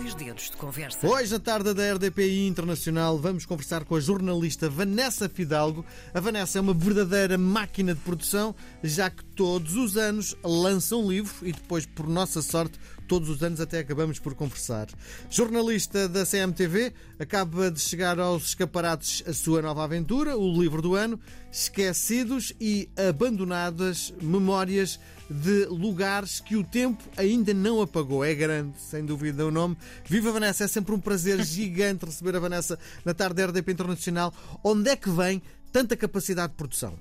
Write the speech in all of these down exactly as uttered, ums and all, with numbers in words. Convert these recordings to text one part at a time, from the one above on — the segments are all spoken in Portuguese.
Vários dedos de conversa. Hoje, na tarde da R D P I Internacional, vamos conversar com a jornalista Vanessa Fidalgo. A Vanessa é uma verdadeira máquina de produção, já que todos os anos lança um livro e depois, por nossa sorte, todos os anos até acabamos por conversar. Jornalista da C M T V, acaba de chegar aos escaparates a sua nova aventura, o livro do ano, Esquecidos e Abandonadas Memórias de Lugares que o Tempo Ainda Não Apagou. É grande, sem dúvida, o nome. Viva Vanessa, é sempre um prazer gigante receber a Vanessa na tarde da R D P Internacional. Onde é que vem tanta capacidade de produção?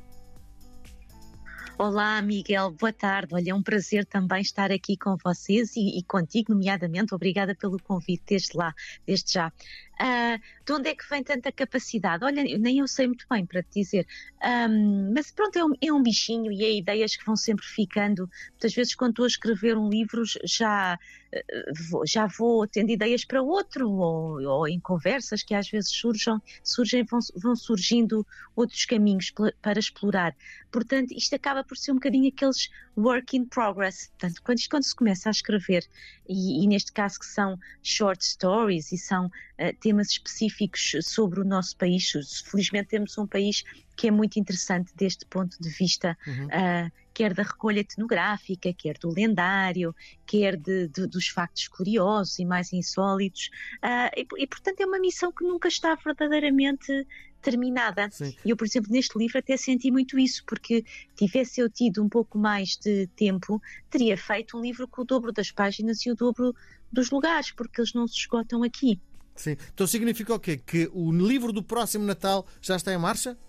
Olá, Miguel, boa tarde. Olha, é um prazer também estar aqui com vocês e, e contigo, nomeadamente. Obrigada pelo convite desde lá, desde já. Uh, de onde é que vem tanta capacidade? Olha, nem eu sei muito bem para te dizer, um, mas pronto, é um, é um bichinho e é ideias que vão sempre ficando. Muitas vezes quando estou a escrever um livro já, uh, vou, já vou tendo ideias para outro, ou, ou em conversas que às vezes surgem, surgem vão, vão surgindo outros caminhos para explorar. Portanto, isto acaba por ser um bocadinho aqueles work in progress. Portanto, quando, quando se começa a escrever, e, e neste caso que são short stories e são uh, temas específicos sobre o nosso país, felizmente temos um país que é muito interessante deste ponto de vista, uhum. uh, quer da recolha etnográfica, quer do lendário, quer de, de, dos factos curiosos e mais insólitos, uh, e, e portanto é uma missão que nunca está verdadeiramente terminada. Sim. E eu, por exemplo, neste livro até senti muito isso, porque tivesse eu tido um pouco mais de tempo, teria feito um livro com o dobro das páginas e o dobro dos lugares, porque eles não se esgotam aqui. Sim. Então significa o quê? Que o livro do próximo Natal já está em marcha?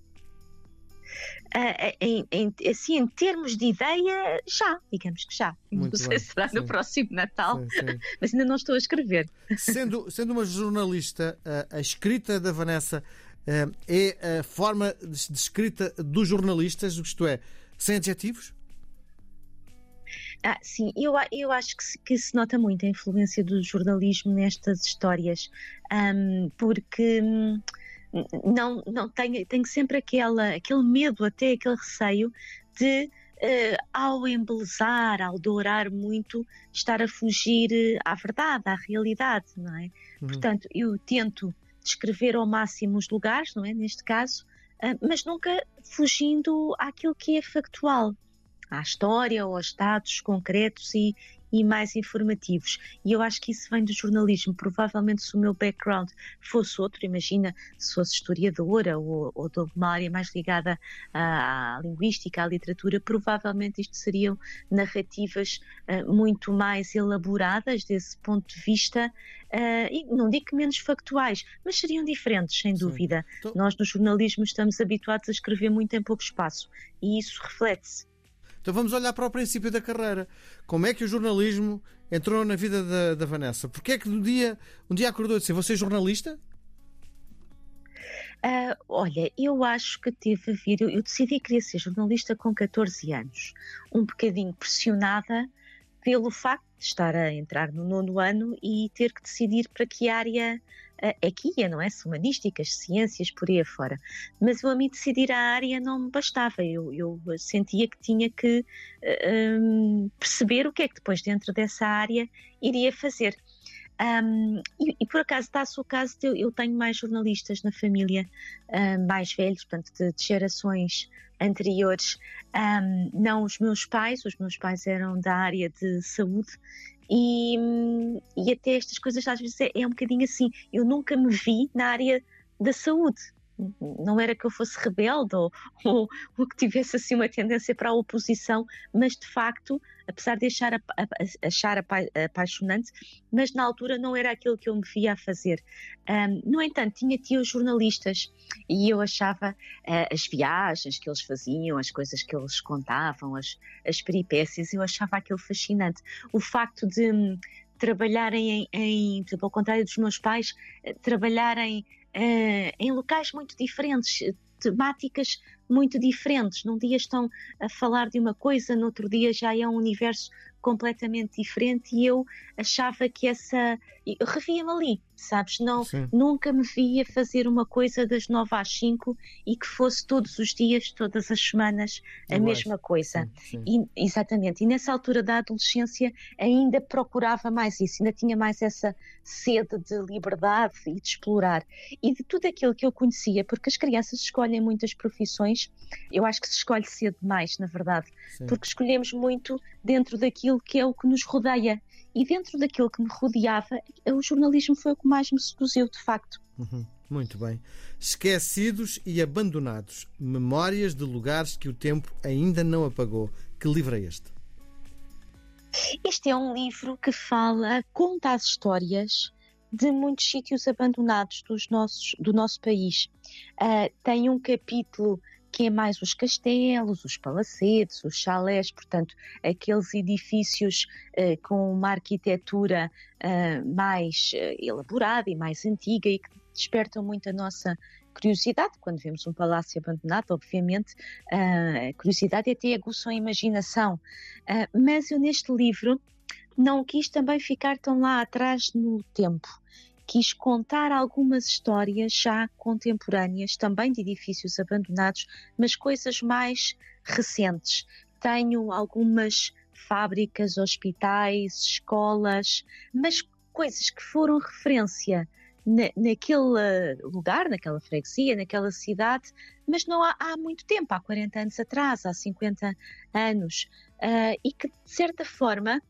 Uh, em, em, assim, em termos de ideia, já, digamos que já. Muito não sei bem, se será sim. no próximo Natal, Sim, sim. mas ainda não estou a escrever. Sendo, sendo uma jornalista, a, a escrita da Vanessa uh, é a forma de, de escrita dos jornalistas, isto é, sem adjetivos? Ah, sim, eu, eu acho que se, que se nota muito a influência do jornalismo nestas histórias, um, porque hum, não, não tenho, tenho sempre aquela, aquele medo, até aquele receio de, uh, ao embelezar, ao dourar muito, estar a fugir à verdade, à realidade, não é? Uhum. Portanto, eu tento descrever ao máximo os lugares, não é? Neste caso, uh, mas nunca fugindo àquilo que é factual, à história ou aos dados concretos e, e mais informativos. E eu acho que isso vem do jornalismo. Provavelmente se o meu background fosse outro, imagina se fosse historiadora ou, ou de uma área mais ligada à, à linguística, à literatura, provavelmente isto seriam narrativas uh, muito mais elaboradas desse ponto de vista, uh, e não digo que menos factuais, mas seriam diferentes, sem Sim. dúvida. Então... Nós no jornalismo estamos habituados a escrever muito em pouco espaço e isso reflete-se. Então vamos olhar para o princípio da carreira. Como é que o jornalismo entrou na vida da, da Vanessa? Porquê é que um dia, um dia acordou e disse: "Você é jornalista"? Uh, olha, eu acho que teve a vir... Eu, eu decidi que queria ser jornalista com catorze anos. Um bocadinho pressionada pelo facto de estar a entrar no nono ano e ter que decidir para que área uh, é que ia, não é? Se humanísticas, ciências, por aí afora. Mas eu, a mim decidir a área não me bastava. Eu, eu sentia que tinha que uh, um, perceber o que é que depois dentro dessa área iria fazer. Um, e, e por acaso dá-se o caso de eu, eu tenho mais jornalistas na família, uh, mais velhos, portanto de, de gerações anteriores, um, não os meus pais, os meus pais eram da área de saúde e, e até estas coisas às vezes é, é um bocadinho assim, eu nunca me vi na área da saúde. Não era que eu fosse rebelde ou, ou, ou que tivesse assim uma tendência para a oposição, mas de facto, apesar de achar, a, a, achar apa, apaixonante, mas na altura não era aquilo que eu me via a fazer. Um, no entanto, tinha tios jornalistas e eu achava uh, as viagens que eles faziam, as coisas que eles contavam, as, as peripécias, eu achava aquilo fascinante. O facto de um, trabalharem em, em, por exemplo, ao contrário dos meus pais, uh, trabalharem Uh, em locais muito diferentes, temáticas muito diferentes. Num dia estão a falar de uma coisa, no outro dia já é um universo completamente diferente, e eu achava que essa... Eu revia-me ali, sabes? Não, nunca me via fazer uma coisa das nove às cinco e que fosse todos os dias, todas as semanas, a Eu mesma acho. coisa. Sim, sim. E, exatamente. E nessa altura da adolescência ainda procurava mais isso, ainda tinha mais essa sede de liberdade e de explorar. E de tudo aquilo que eu conhecia, porque as crianças escolhem muitas profissões, eu acho que se escolhe cedo demais, na verdade, Sim. porque escolhemos muito dentro daquilo que é o que nos rodeia. E dentro daquilo que me rodeava, o jornalismo foi o que mais me seduziu, de facto. Uhum. Muito bem. Esquecidos e abandonados. Memórias de lugares que o tempo ainda não apagou. Que livro é este? Este é um livro que fala, conta as histórias de muitos sítios abandonados dos nossos, do nosso país. Uh, tem um capítulo que é mais os castelos, os palacetes, os chalés, portanto, aqueles edifícios uh, com uma arquitetura uh, mais uh, elaborada e mais antiga e que despertam muito a nossa curiosidade. Quando vemos um palácio abandonado, obviamente, uh, a curiosidade até aguçou a imaginação. Uh, mas eu neste livro não quis também ficar tão lá atrás no tempo. Quis contar algumas histórias já contemporâneas, também de edifícios abandonados, mas coisas mais recentes. Tenho algumas fábricas, hospitais, escolas, mas coisas que foram referência na, naquele lugar, naquela freguesia, naquela cidade, mas não há, há muito tempo, há quarenta anos atrás, há cinquenta anos, uh, e que, de certa forma,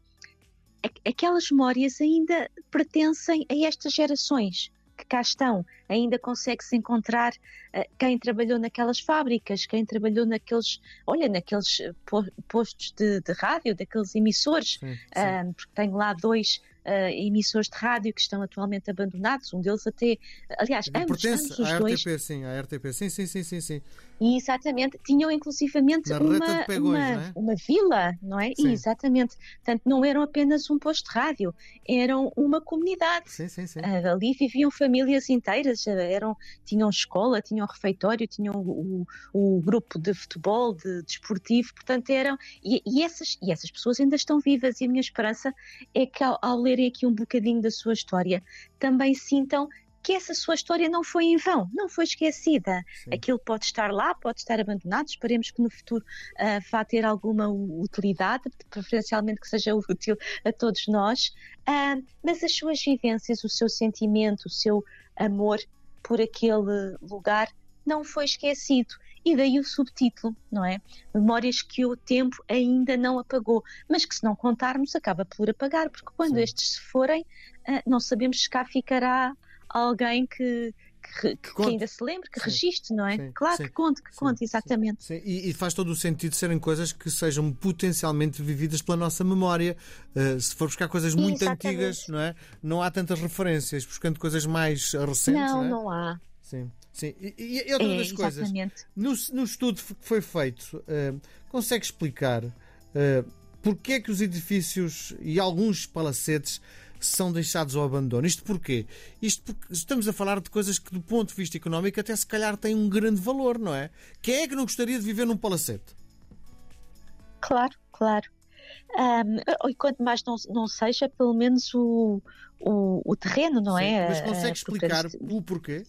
aquelas memórias ainda pertencem a estas gerações que cá estão. Ainda consegue-se encontrar uh, quem trabalhou naquelas fábricas, quem trabalhou naqueles, olha, naqueles postos de, de rádio, daqueles emissores, Sim, sim. Uh, porque tenho lá dois uh, emissores de rádio que estão atualmente abandonados, um deles até, aliás, ambos, ambos os à dois. R T P, sim, à R T P, sim, sim, sim, sim, sim. E exatamente, tinham inclusivamente uma, Pegões, uma, não é? uma vila, não é? Sim. Exatamente. Portanto, não eram apenas um posto de rádio, eram uma comunidade. Sim, sim, sim. Uh, ali viviam famílias inteiras, eram, tinham escola, tinham refeitório, tinham o, o, o grupo de futebol, de desportivo, portanto eram, e, e, essas, e essas pessoas ainda estão vivas, e a minha esperança é que ao, ao lerem aqui um bocadinho da sua história, também sintam que essa sua história não foi em vão, não foi esquecida. Sim. Aquilo pode estar lá, pode estar abandonado, esperemos que no futuro uh, vá ter alguma utilidade, preferencialmente que seja útil a todos nós, uh, mas as suas vivências, o seu sentimento, o seu amor por aquele lugar não foi esquecido. E daí o subtítulo, não é? Memórias que o tempo ainda não apagou, mas que se não contarmos acaba por apagar, porque quando Sim. estes se forem, uh, não sabemos se cá ficará alguém que, que, que, que ainda se lembre, que sim, registre, não é? Sim, claro sim, que conte, que sim, conte, exatamente. Sim, sim. E, e faz todo o sentido serem coisas que sejam potencialmente vividas pela nossa memória. Uh, se for buscar coisas muito exatamente. Antigas, não é? Não há tantas referências, buscando coisas mais recentes, não, não é? Não há. Sim. Sim. E, e, e outra é, das coisas, no, no estudo que foi feito, uh, consegue explicar uh, porque é que os edifícios e alguns palacetes são deixados ao abandono? Isto porquê? Isto porque estamos a falar de coisas que, do ponto de vista económico, até se calhar têm um grande valor, não é? Quem é que não gostaria de viver num palacete? Claro, claro. Um, e quanto mais não, não seja, pelo menos o, o, o terreno, não Sim, é? Mas consegue explicar o porquê?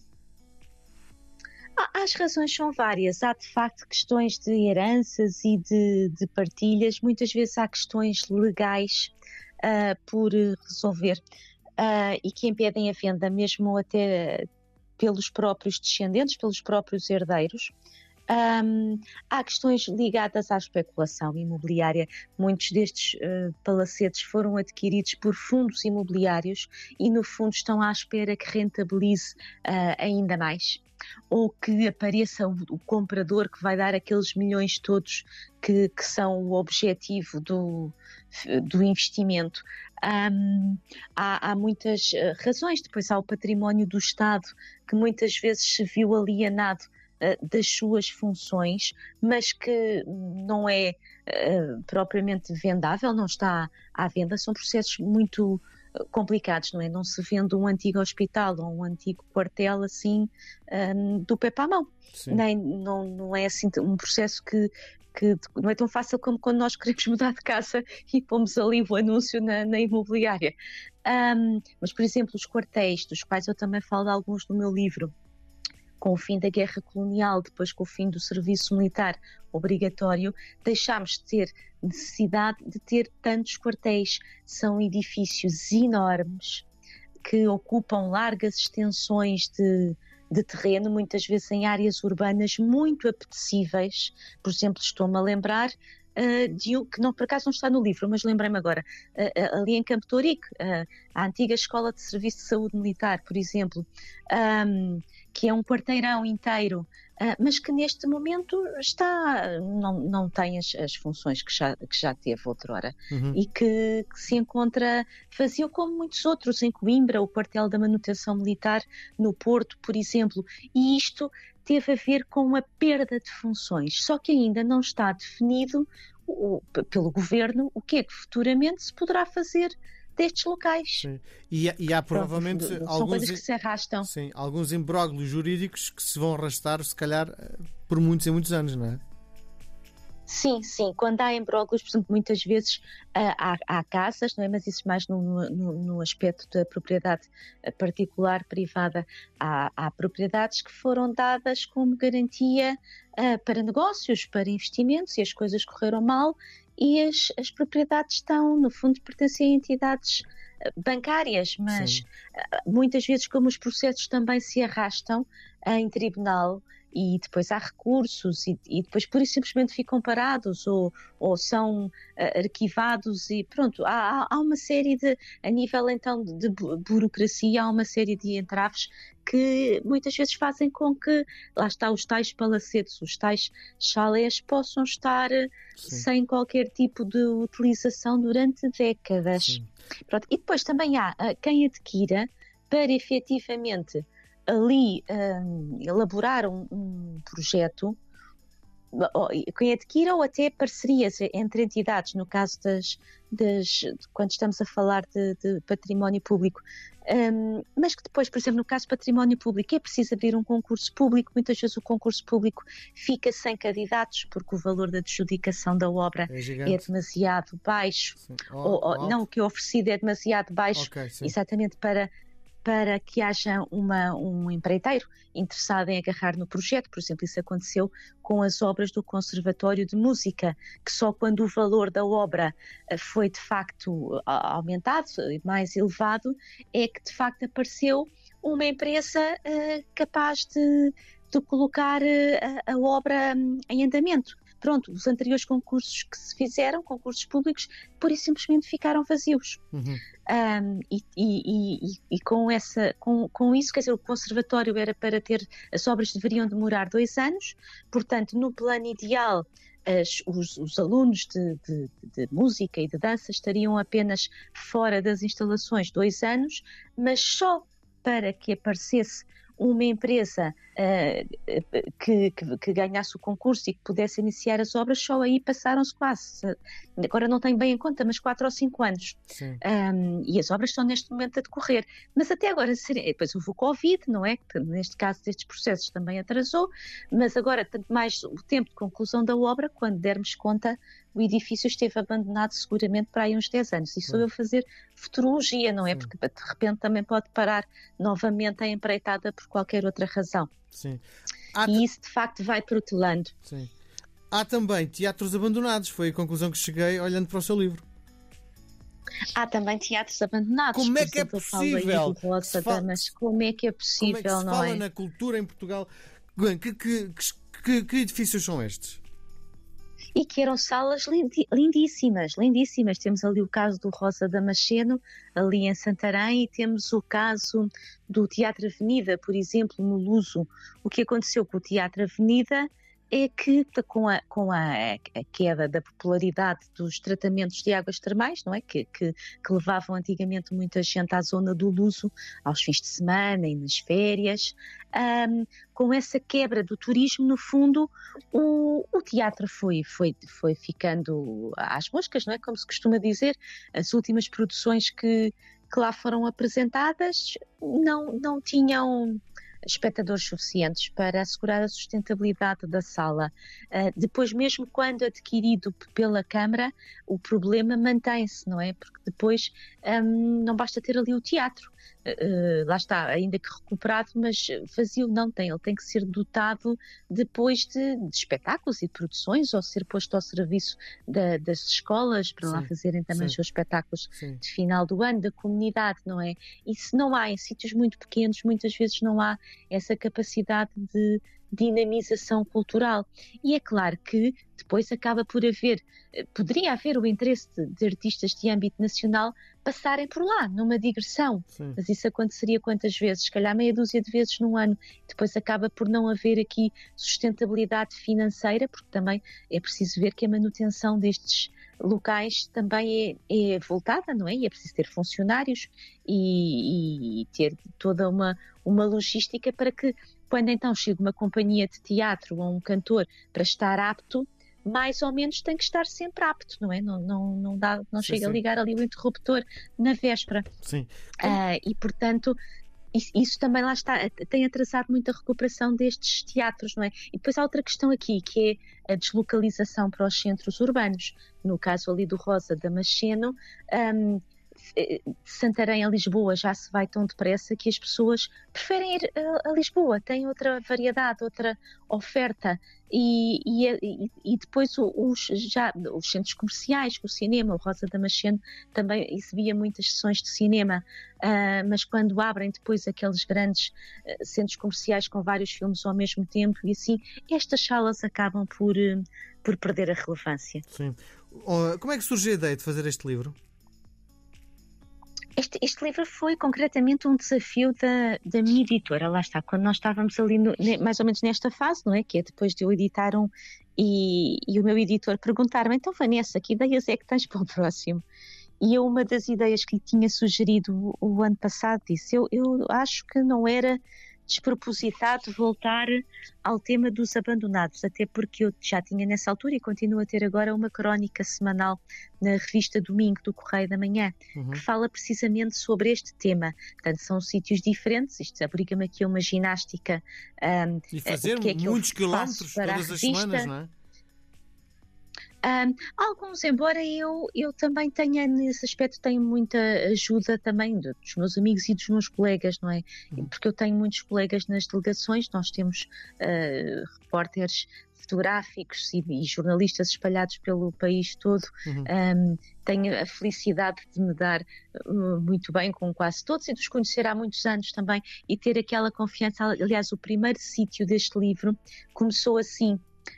As razões são várias. Há, de facto, questões de heranças e de, de partilhas. Muitas vezes há questões legais uh, por resolver uh, e que impedem a venda, mesmo até pelos próprios descendentes, pelos próprios herdeiros. Um, há questões ligadas à especulação imobiliária. Muitos destes uh, palacetes foram adquiridos por fundos imobiliários e, no fundo, estão à espera que rentabilize uh, ainda mais, ou que apareça o, o comprador que vai dar aqueles milhões todos que, que são o objetivo do, do investimento. Um, há, há muitas uh, razões. Depois há o património do Estado, que muitas vezes se viu alienado uh, das suas funções, mas que não é uh, propriamente vendável, não está à venda. São processos muito complicados, não é? Não se vende um antigo hospital ou um antigo quartel assim um, do pé para a mão. Nem, não, não é assim um processo que, que não é tão fácil como quando nós queremos mudar de casa e pomos ali o anúncio na, na imobiliária. Um, mas, por exemplo, os quartéis, dos quais eu também falo de alguns no meu livro, com o fim da guerra colonial, depois com o fim do serviço militar obrigatório, deixámos de ter necessidade de ter tantos quartéis. São edifícios enormes que ocupam largas extensões de, de terreno, muitas vezes em áreas urbanas muito apetecíveis. Por exemplo, estou-me a lembrar uh, de um, que não, por acaso não está no livro, mas lembrei-me agora, uh, uh, ali em Campo de Ourique, uh, a antiga Escola de Serviço de Saúde Militar, por exemplo, um, que é um quarteirão inteiro, uh, mas que neste momento está, não, não tem as, as funções que já, que já teve outrora, uhum. e que, que se encontra vazio, como muitos outros, em Coimbra, o quartel da manutenção militar no Porto, por exemplo, e isto teve a ver com a perda de funções, só que ainda não está definido o, pelo Governo o que é que futuramente se poderá fazer destes locais. Sim. E, e há provavelmente Pronto, são alguns, coisas que se arrastam. Sim, alguns imbróglios jurídicos que se vão arrastar, se calhar, por muitos e muitos anos, não é? Sim, sim. Quando há imbróglios, por exemplo, muitas vezes uh, há, há casas, não é? Mas isso mais no, no, no aspecto da propriedade particular, privada. Há, há propriedades que foram dadas como garantia uh, para negócios, para investimentos, e as coisas correram mal, e as, as propriedades estão, no fundo, pertencem a entidades bancárias, mas Sim. muitas vezes, como os processos também se arrastam em tribunal, e depois há recursos e, e depois pura e simplesmente ficam parados ou, ou são uh, arquivados e pronto, há, há uma série de, a nível então de burocracia, há uma série de entraves que muitas vezes fazem com que, lá está, os tais palacetes, os tais chalés possam estar Sim. sem qualquer tipo de utilização durante décadas. Pronto. E depois também há uh, quem adquira para efetivamente ali um, elaborar um, um projeto, quem adquira, ou até parcerias entre entidades, no caso das, das quando estamos a falar de, de património público, um, mas que depois, por exemplo, no caso de património público, é preciso abrir um concurso público, muitas vezes o concurso público fica sem candidatos porque o valor da adjudicação da obra é, é demasiado baixo, oh, ou, ou oh. não, o que é oferecido é demasiado baixo, okay, exatamente para para que haja uma, um empreiteiro interessado em agarrar no projeto. Por exemplo, isso aconteceu com as obras do Conservatório de Música, que só quando o valor da obra foi de facto aumentado, mais elevado, é que de facto apareceu uma empresa uh, capaz de, de colocar uh, a, a obra um, em andamento. Pronto, os anteriores concursos que se fizeram, concursos públicos, pura e simplesmente ficaram vazios. Uhum. Um, e, e, e, e com, essa, com, com isso, quer dizer, o conservatório era para ter, as obras deveriam demorar dois anos, portanto, no plano ideal, as, os, os alunos de, de, de música e de dança estariam apenas fora das instalações dois anos, mas só para que aparecesse uma empresa uh, que, que, que ganhasse o concurso e que pudesse iniciar as obras, só aí passaram-se quase, agora não tenho bem em conta, mas quatro ou cinco anos. Um, e as obras estão neste momento a decorrer. Mas até agora, depois houve o Covid, não é? Que neste caso destes processos também atrasou, mas agora, tanto mais o tempo de conclusão da obra, quando dermos conta, o edifício esteve abandonado seguramente para aí uns dez anos. Isso eu fazer futurologia, não é? Sim. Porque de repente também pode parar novamente a empreitada por qualquer outra razão. Sim. Há e isso de facto vai protelando. Sim. Há também teatros abandonados, foi a conclusão que cheguei olhando para o seu livro. Há também teatros abandonados. Como é que é possível? Rosa, fala... Mas como é que é possível, como é que se não fala é? na cultura em Portugal? Que, que, que, que edifícios são estes? E que eram salas lindíssimas, lindíssimas. Temos ali o caso do Rosa Damasceno, ali em Santarém, e temos o caso do Teatro Avenida, por exemplo, no Luso. O que aconteceu com o Teatro Avenida é que, com a, com a, a queda da popularidade dos tratamentos de águas termais, não é? Que, que, que levavam antigamente muita gente à zona do Luso, aos fins de semana e nas férias, um, com essa quebra do turismo, no fundo, o, o teatro foi, foi, foi ficando às moscas, não é? Como se costuma dizer, as últimas produções que que lá foram apresentadas não, não tinham espectadores suficientes para assegurar a sustentabilidade da sala. Uh, depois, mesmo quando adquirido pela Câmara, o problema mantém-se, não é? Porque depois um, não basta ter ali o teatro. Uh, lá está, ainda que recuperado, mas vazio não tem. Ele tem que ser dotado depois de, de espetáculos e de produções, ou ser posto ao serviço da, das escolas para sim, lá fazerem também sim. os seus espetáculos sim. de final do ano, da comunidade, não é? E se não há, em sítios muito pequenos, muitas vezes não há essa capacidade de dinamização cultural. E é claro que depois acaba por haver, poderia haver o interesse de, de artistas de âmbito nacional passarem por lá, numa digressão. Sim. Mas isso aconteceria quantas vezes? Se calhar meia dúzia de vezes num ano. Depois acaba por não haver aqui sustentabilidade financeira, porque também é preciso ver que a manutenção destes locais também é, é voltada, não é? E é preciso ter funcionários e, e ter toda uma, uma logística para que, quando então chega uma companhia de teatro ou um cantor para estar apto, mais ou menos tem que estar sempre apto, não é? Não, não, não, dá, não sim, chega sim. a ligar ali o interruptor na véspera. Sim. Uh, e, portanto, isso, isso também lá está, tem atrasado muito a recuperação destes teatros, não é? E depois há outra questão aqui, que é a deslocalização para os centros urbanos. No caso ali do Rosa Damasceno, um, de Santarém a Lisboa já se vai tão depressa que as pessoas preferem ir a, a Lisboa, tem outra variedade, outra oferta e, e, e depois os, já, os centros comerciais, o cinema, o Rosa Damasceno também exibia muitas sessões de cinema, uh, mas quando abrem depois aqueles grandes uh, centros comerciais com vários filmes ao mesmo tempo e assim, estas salas acabam por, uh, por perder a relevância. Sim. Uh, como é que surgiu a ideia de fazer este livro? Este, este livro foi concretamente um desafio da, da minha editora, lá está, quando nós estávamos ali no, mais ou menos nesta fase, não é? Que é depois de eu editar um e, e o meu editor perguntar-me, então Vanessa, que ideias é que tens para o próximo? E eu, uma das ideias que lhe tinha sugerido o, o ano passado, disse, eu, eu acho que não era despropositado voltar ao tema dos abandonados, até porque eu já tinha nessa altura e continuo a ter agora uma crónica semanal na revista Domingo do Correio da Manhã, uhum. que fala precisamente sobre este tema. Portanto, são sítios diferentes, isto obriga-me aqui a uma ginástica. Um, e fazer que é que muitos quilómetros todas as semanas, não é? Um, alguns, embora eu, eu também tenha, nesse aspecto, tenho muita ajuda também dos meus amigos e dos meus colegas, não é? Uhum. Porque eu tenho muitos colegas nas delegações, nós temos uh, repórteres fotográficos e, e jornalistas espalhados pelo país todo. Uhum. Um, tenho a felicidade de me dar uh, muito bem com quase todos e de os conhecer há muitos anos também e ter aquela confiança. Aliás, o primeiro sítio deste livro começou assim.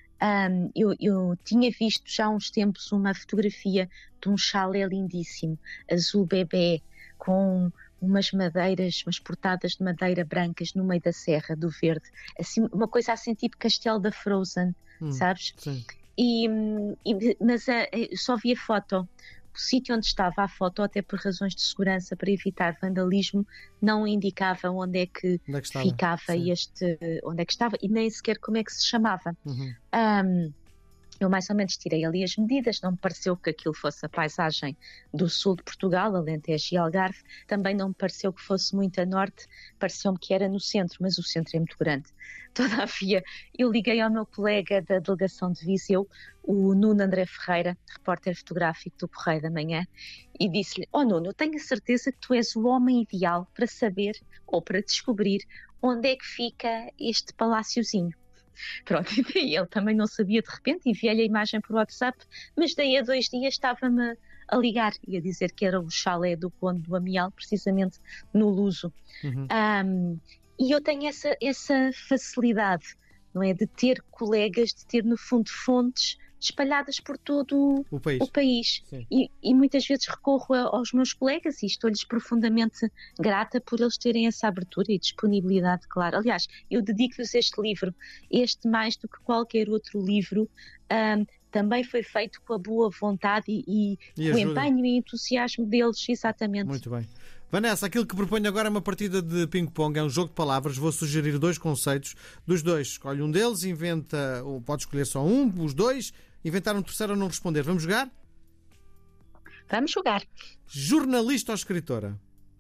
Um, eu, eu tinha visto já há uns tempos uma fotografia de um chalé lindíssimo, azul bebê, com umas madeiras, umas portadas de madeira brancas no meio da Serra do Verde, assim, uma coisa assim tipo Castelo da Frozen, hum, sabes? Sim. E, e, mas a, eu só vi a foto. O sítio onde estava a foto, até por razões de segurança, para evitar vandalismo, não indicava onde é que, onde é que ficava Sim. este, onde é que estava e nem sequer como é que se chamava. Uhum. Um, eu mais ou menos tirei ali as medidas, não me pareceu que aquilo fosse a paisagem do sul de Portugal, Alentejo e Algarve, também não me pareceu que fosse muito a norte, pareceu-me que era no centro, mas o centro é muito grande. Todavia, eu liguei ao meu colega da delegação de Viseu, o Nuno André Ferreira, repórter fotográfico do Correio da Manhã, e disse-lhe, oh Nuno, eu tenho a certeza que tu és o homem ideal para saber ou para descobrir onde é que fica este paláciozinho. Pronto, e ele também não sabia de repente, enviei-lhe a imagem por WhatsApp, mas daí a dois dias estava-me a ligar e a dizer que era o chalé do Conde do Amial, precisamente no Luso. Uhum. Um, e eu tenho essa, essa facilidade, não é, de ter colegas, de ter no fundo fontes espalhadas por todo o país, o país. E, e muitas vezes recorro a, aos meus colegas e estou-lhes profundamente grata por eles terem essa abertura e disponibilidade, claro. Aliás, eu dedico-lhes este livro, este mais do que qualquer outro livro, um, também foi feito com a boa vontade e, e, e o empenho e entusiasmo deles, exatamente. Muito bem. Vanessa, aquilo que proponho agora é uma partida de ping-pong, é um jogo de palavras. Vou sugerir dois conceitos. Dos dois, escolhe um deles, inventa, ou pode escolher só um, os dois, inventar um terceiro ou não responder. Vamos jogar? Vamos jogar. Jornalista ou escritora?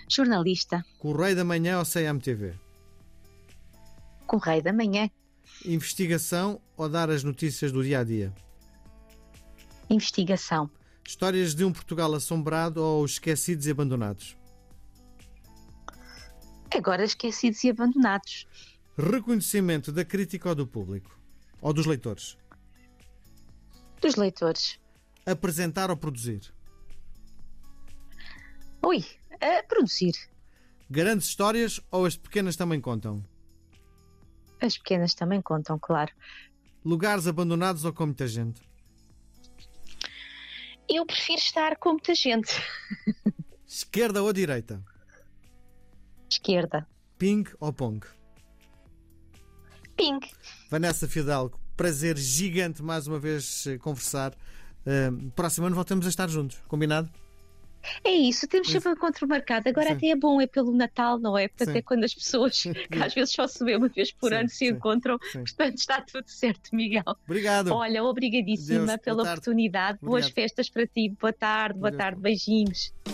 Jornalista. Correio da Manhã ou C M T V? Correio da Manhã. Investigação ou dar as notícias do dia-a-dia? Investigação. Histórias de um Portugal assombrado ou esquecidos e abandonados? Agora esquecidos e abandonados. Reconhecimento da crítica ou do público? Ou dos leitores? Dos leitores. Apresentar ou produzir? Ui, a produzir. Grandes histórias ou as pequenas também contam? As pequenas também contam, claro. Lugares abandonados ou com muita gente? Eu prefiro estar com muita gente. Esquerda ou direita? Esquerda. Ping ou pong? Ping. Vanessa Fidalgo, prazer gigante mais uma vez conversar. Uh, próximo ano voltamos a estar juntos, combinado? É isso, temos sempre um encontro marcado. Agora Sim. até é bom, é pelo Natal, não é? Portanto, Sim. é quando as pessoas, que às vezes só se vê uma vez por Sim, ano, se sim, encontram. sim. Portanto, está tudo certo, Miguel. Obrigado. Olha, obrigadíssima Deus, pela boa tarde. oportunidade. Boas Obrigado. festas para ti. Boa tarde, boa Deus. tarde. Beijinhos.